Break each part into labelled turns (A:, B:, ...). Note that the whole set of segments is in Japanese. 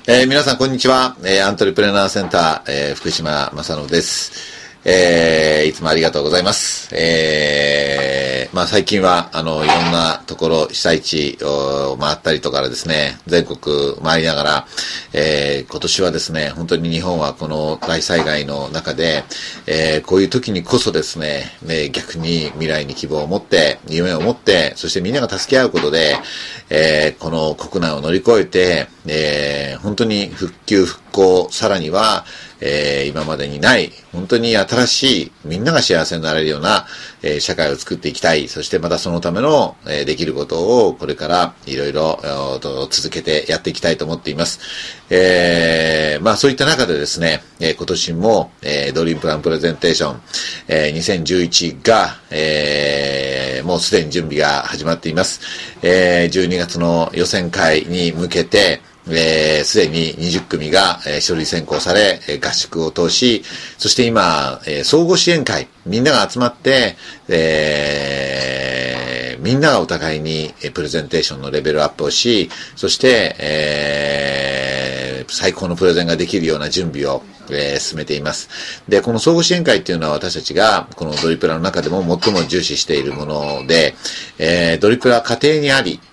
A: 皆さんこんにちは。アントレプレナーセンター、福島正信です。いつもありがとうございます。最近はいろんなところ、被災地を回ったりとかですね、全国回りながら、今年はですね、本当に日本はこの大災害の中で、こういう時にこそですね、逆に未来に希望を持って、夢を持って、そしてみんなが助け合うことで、この国難を乗り越えて、本当に復旧復興、さらには、今までにない、本当に新しい、みんなが幸せになれるような、社会を作っていきたい。そしてまたそのための、できることをこれからいろいろ続けてやっていきたいと思っています。そういった中でですね、今年も、ドリームプランプレゼンテーション、2011が、もうすでに準備が始まっています。12月の予選会に向けて、すでに20組が、書類選考され、合宿を通し、そして今、相互支援会、みんなが集まって、みんながお互いにプレゼンテーションのレベルアップをし、そして、最高のプレゼンができるような準備を、進めています。で、この相互支援会っていうのは私たちがこのドリプラの中でも最も重視しているもので、ドリプラは家庭にありって、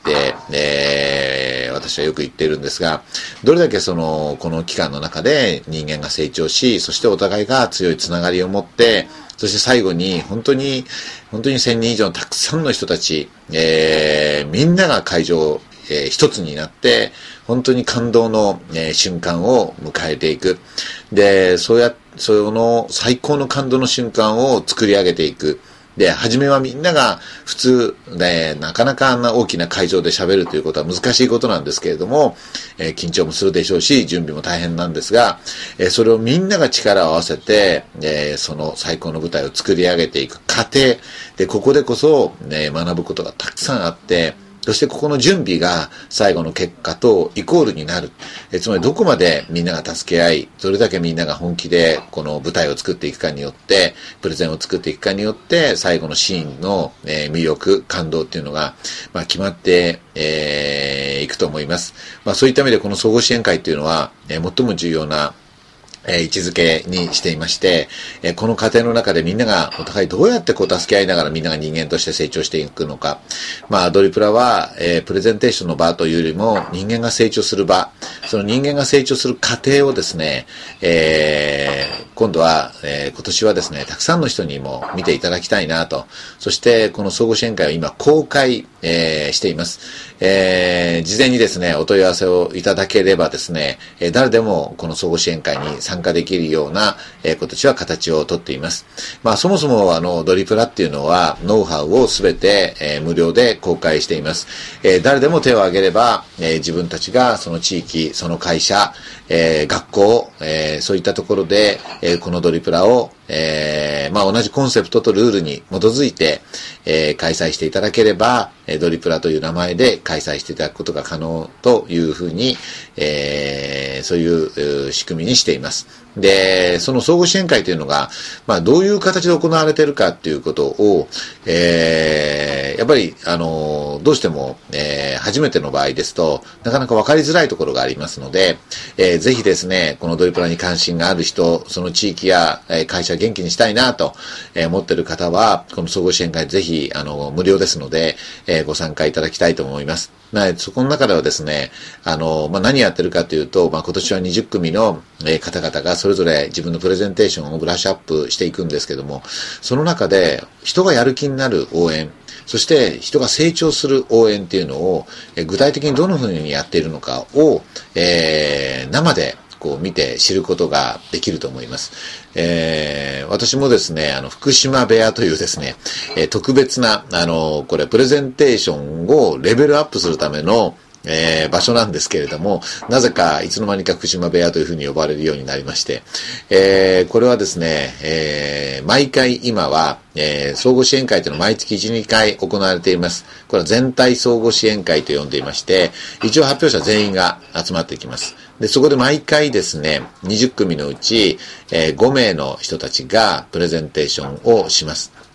A: 私はよく言っているんですが、どれだけこの期間の中で人間が成長し、そしてお互いが強いつながりを持って、そして最後に本当に1000人以上のたくさんの人たち、みんなが会場、一つになって、本当に感動の、瞬間を迎えていく。で、その最高の感動の瞬間を作り上げていく。で、初めはみんなが普通で、なかなかあんな大きな会場で喋るということは難しいことなんですけれども、緊張もするでしょうし、準備も大変なんですが、それをみんなが力を合わせて、その最高の舞台を作り上げていく過程で、ここでこそ、学ぶことがたくさんあって、そしてここの準備が最後の結果とイコールになる。つまりどこまでみんなが助け合い、どれだけみんなが本気でこの舞台を作っていくかによって、プレゼンを作っていくかによって、最後のシーンの魅力、感動っていうのが、決まっていくと思います。そういった意味でこの総合支援会っていうのは、最も重要な位置づけにしていまして、この過程の中でみんながお互いどうやって助け合いながらみんなが人間として成長していくのか。ドリプラは、プレゼンテーションの場というよりも人間が成長する場、その人間が成長する過程をですね、今度は、今年はですね、たくさんの人にも見ていただきたいなと。そしてこの総合支援会は今公開、しています。事前にですね、お問い合わせをいただければですね、誰でもこの総合支援会に参加できるような、今年は形をとっています。そもそもドリプラっていうのはノウハウをすべて、無料で公開しています。誰でも手を挙げれば、自分たちがその地域、その会社、学校、そういったところで、このドリプラを同じコンセプトとルールに基づいて、開催していただければ、ドリプラという名前で開催していただくことが可能というふうに、そういう仕組みにしています。で、その総合支援会というのが、どういう形で行われているかっていうことを、やっぱり、どうしても、初めての場合ですと、なかなか分かりづらいところがありますので、ぜひですね、このドリプラに関心がある人、その地域や会社元気にしたいなと思っている方は、この総合支援会ぜひ、無料ですので、ご参加いただきたいと思います。そこの中ではですね、何やってるかというと、今年は20組の方々がそれぞれ自分のプレゼンテーションをブラッシュアップしていくんですけども、その中で人がやる気になる応援、そして人が成長する応援っていうのを具体的にどのふうにやっているのかを、生で見て知ることができると思います。私もですね、福島部屋というですね、特別な、これプレゼンテーションをレベルアップするための場所なんですけれども、なぜかいつの間にか福島部屋というふうに呼ばれるようになりまして、これはですね、毎回今は、総合支援会というのは毎月1、2回行われています。これは全体総合支援会と呼んでいまして、一応発表者全員が集まってきます。で、そこで毎回ですね、20組のうち、5名の人たちがプレゼンテーションをします。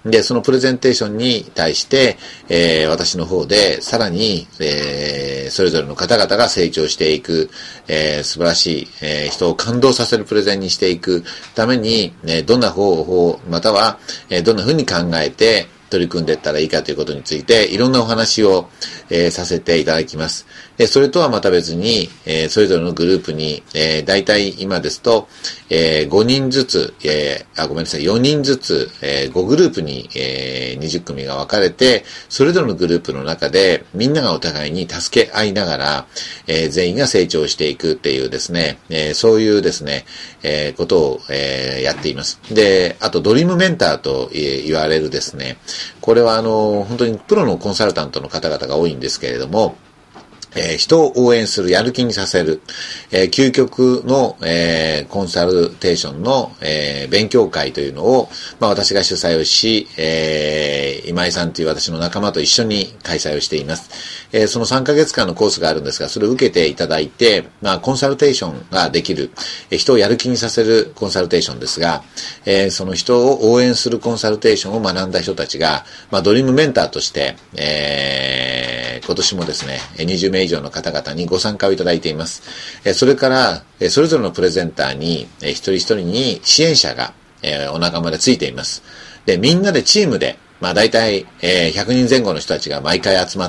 A: で、そのプレゼンテーションに対して、私の方でさらに、それぞれの方々が成長していく、素晴らしい、人を感動させるプレゼンにしていくために、どんな方法、または、どんな風に考えて取り組んでいったらいいかということについて、いろんなお話を、させていただきます。それとはまた別に、それぞれのグループに、だいたい今ですと、5人ずつ、ごめんなさい、4人ずつ、5グループに、20組が分かれて、それぞれのグループの中で、みんながお互いに助け合いながら、全員が成長していくっていうですね、そういうですね、ことを、やっています。で、あと、ドリームメンターと言われるですね、これは本当にプロのコンサルタントの方々が多いんですけれども、人を応援する、やる気にさせる、究極の、コンサルテーションの、勉強会というのを、私が主催をし、今井さんという私の仲間と一緒に開催をしています。その3ヶ月間のコースがあるんですが、それを受けていただいて、コンサルテーションができる、人をやる気にさせるコンサルテーションですが、その人を応援するコンサルテーションを学んだ人たちが、ドリームメンターとして、今年もですね、20名以上の方々にご参加をいただいています。それから、それぞれのプレゼンターに、一人一人に支援者が、お仲間でついています。で、みんなでチームで、大体、100人前後の人たちが毎回集まって、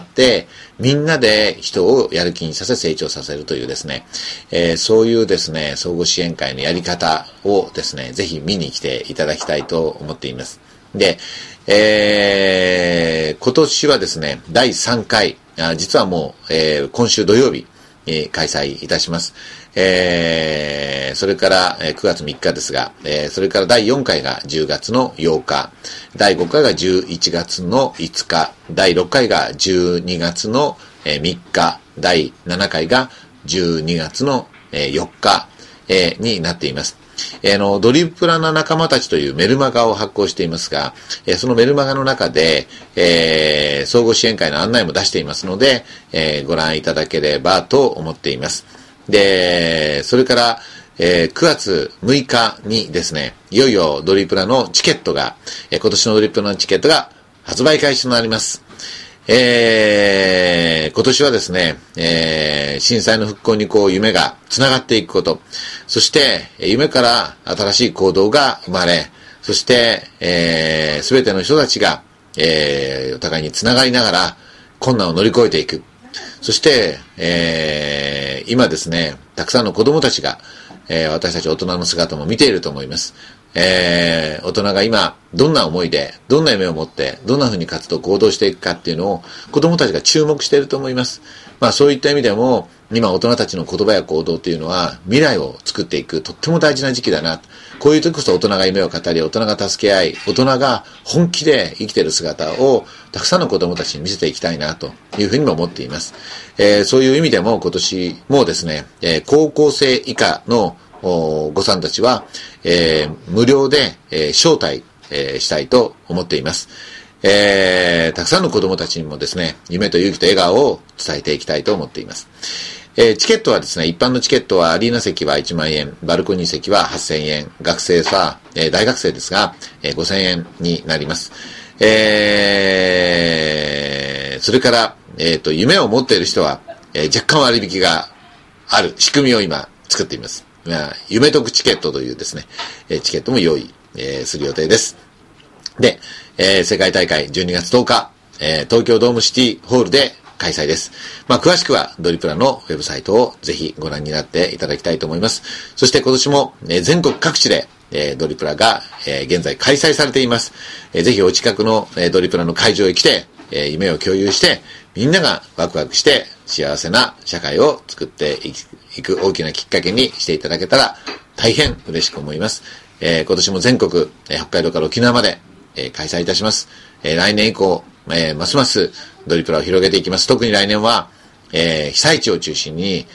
A: みんなで人をやる気にさせ成長させるというですね、そういうですね、相互支援会のやり方をですね、ぜひ見に来ていただきたいと思っています。で、今年はですね、第3回、実はもう、今週土曜日に開催いたします。それから9月3日ですが、それから第4回が10月の8日、第5回が11月の5日、第6回が12月の3日、第7回が12月の4日になっています。ドリプラな仲間たちというメルマガを発行していますが、そのメルマガの中で、総合支援会の案内も出していますので、ご覧いただければと思っています。で、それから、9月6日にですね、いよいよドリプラのチケットが、今年のドリプラのチケットが発売開始となります。今年はですね、震災の復興に夢が繋がっていくこと、そして、夢から新しい行動が生まれ、そして、すべての人たちが、お互いに繋がりながら困難を乗り越えていく。そして、今ですね、たくさんの子供たちが、私たち大人の姿も見ていると思います。大人が今、どんな思いで、どんな夢を持って、どんな風に活動、行動していくかっていうのを、子供たちが注目していると思います。そういった意味でも、今大人たちの言葉や行動っていうのは、未来を作っていく、とっても大事な時期だな。こういう時こそ大人が夢を語り、大人が助け合い、大人が本気で生きている姿を、たくさんの子供たちに見せていきたいな、というふうにも思っています。そういう意味でも、今年もですね、高校生以下のごさんたちは、無料で、招待、したいと思っています。たくさんの子供たちにもですね、夢と勇気と笑顔を伝えていきたいと思っています。チケットはですね、一般のチケットはアリーナ席は1万円、バルコニー席は8000円、学生は、大学生ですが、5000円になります。それから、夢を持っている人は、若干割引がある仕組みを今作っています。夢得チケットというですね、チケットも用意、する予定です。で、世界大会12月10日、東京ドームシティホールで開催です。詳しくはドリプラのウェブサイトをぜひご覧になっていただきたいと思います。そして今年も、全国各地で、ドリプラが、現在開催されています。ぜひお近くの、ドリプラの会場へ来て、夢を共有して、みんながワクワクして幸せな社会を作っていく大きなきっかけにしていただけたら大変嬉しく思います。今年も全国、北海道から沖縄まで、開催いたします。来年以降、ますますドリプラを広げていきます。特に来年は、被災地を中心に、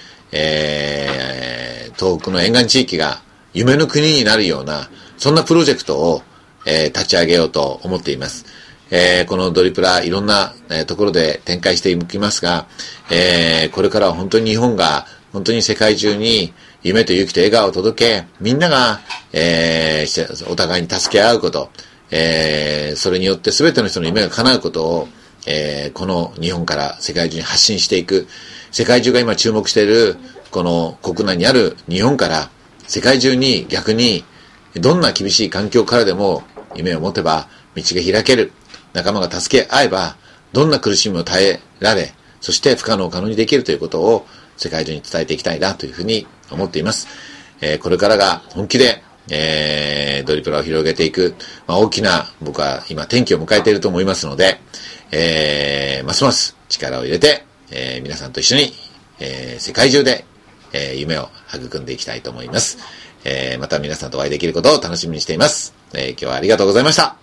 A: 東北の沿岸地域が夢の国になるような、そんなプロジェクトを、立ち上げようと思っています。このドリプラいろんな、ところで展開していきますが、これからは本当に日本が本当に世界中に夢と勇気と笑顔を届け、みんなが、お互いに助け合うこと、 それによって全ての人の夢が叶うことを、この日本から世界中に発信していく。世界中が今注目している、この国内にある日本から、世界中に逆に、どんな厳しい環境からでも夢を持てば道が開ける。仲間が助け合えば、どんな苦しみも耐えられ、そして不可能を可能にできるということを世界中に伝えていきたいなというふうに思っています。これからが本気で、ドリプラを広げていく、大きな僕は今転機を迎えていると思いますので、ますます力を入れて、皆さんと一緒に、世界中で、夢を育んでいきたいと思います。また皆さんとお会いできることを楽しみにしています。今日はありがとうございました。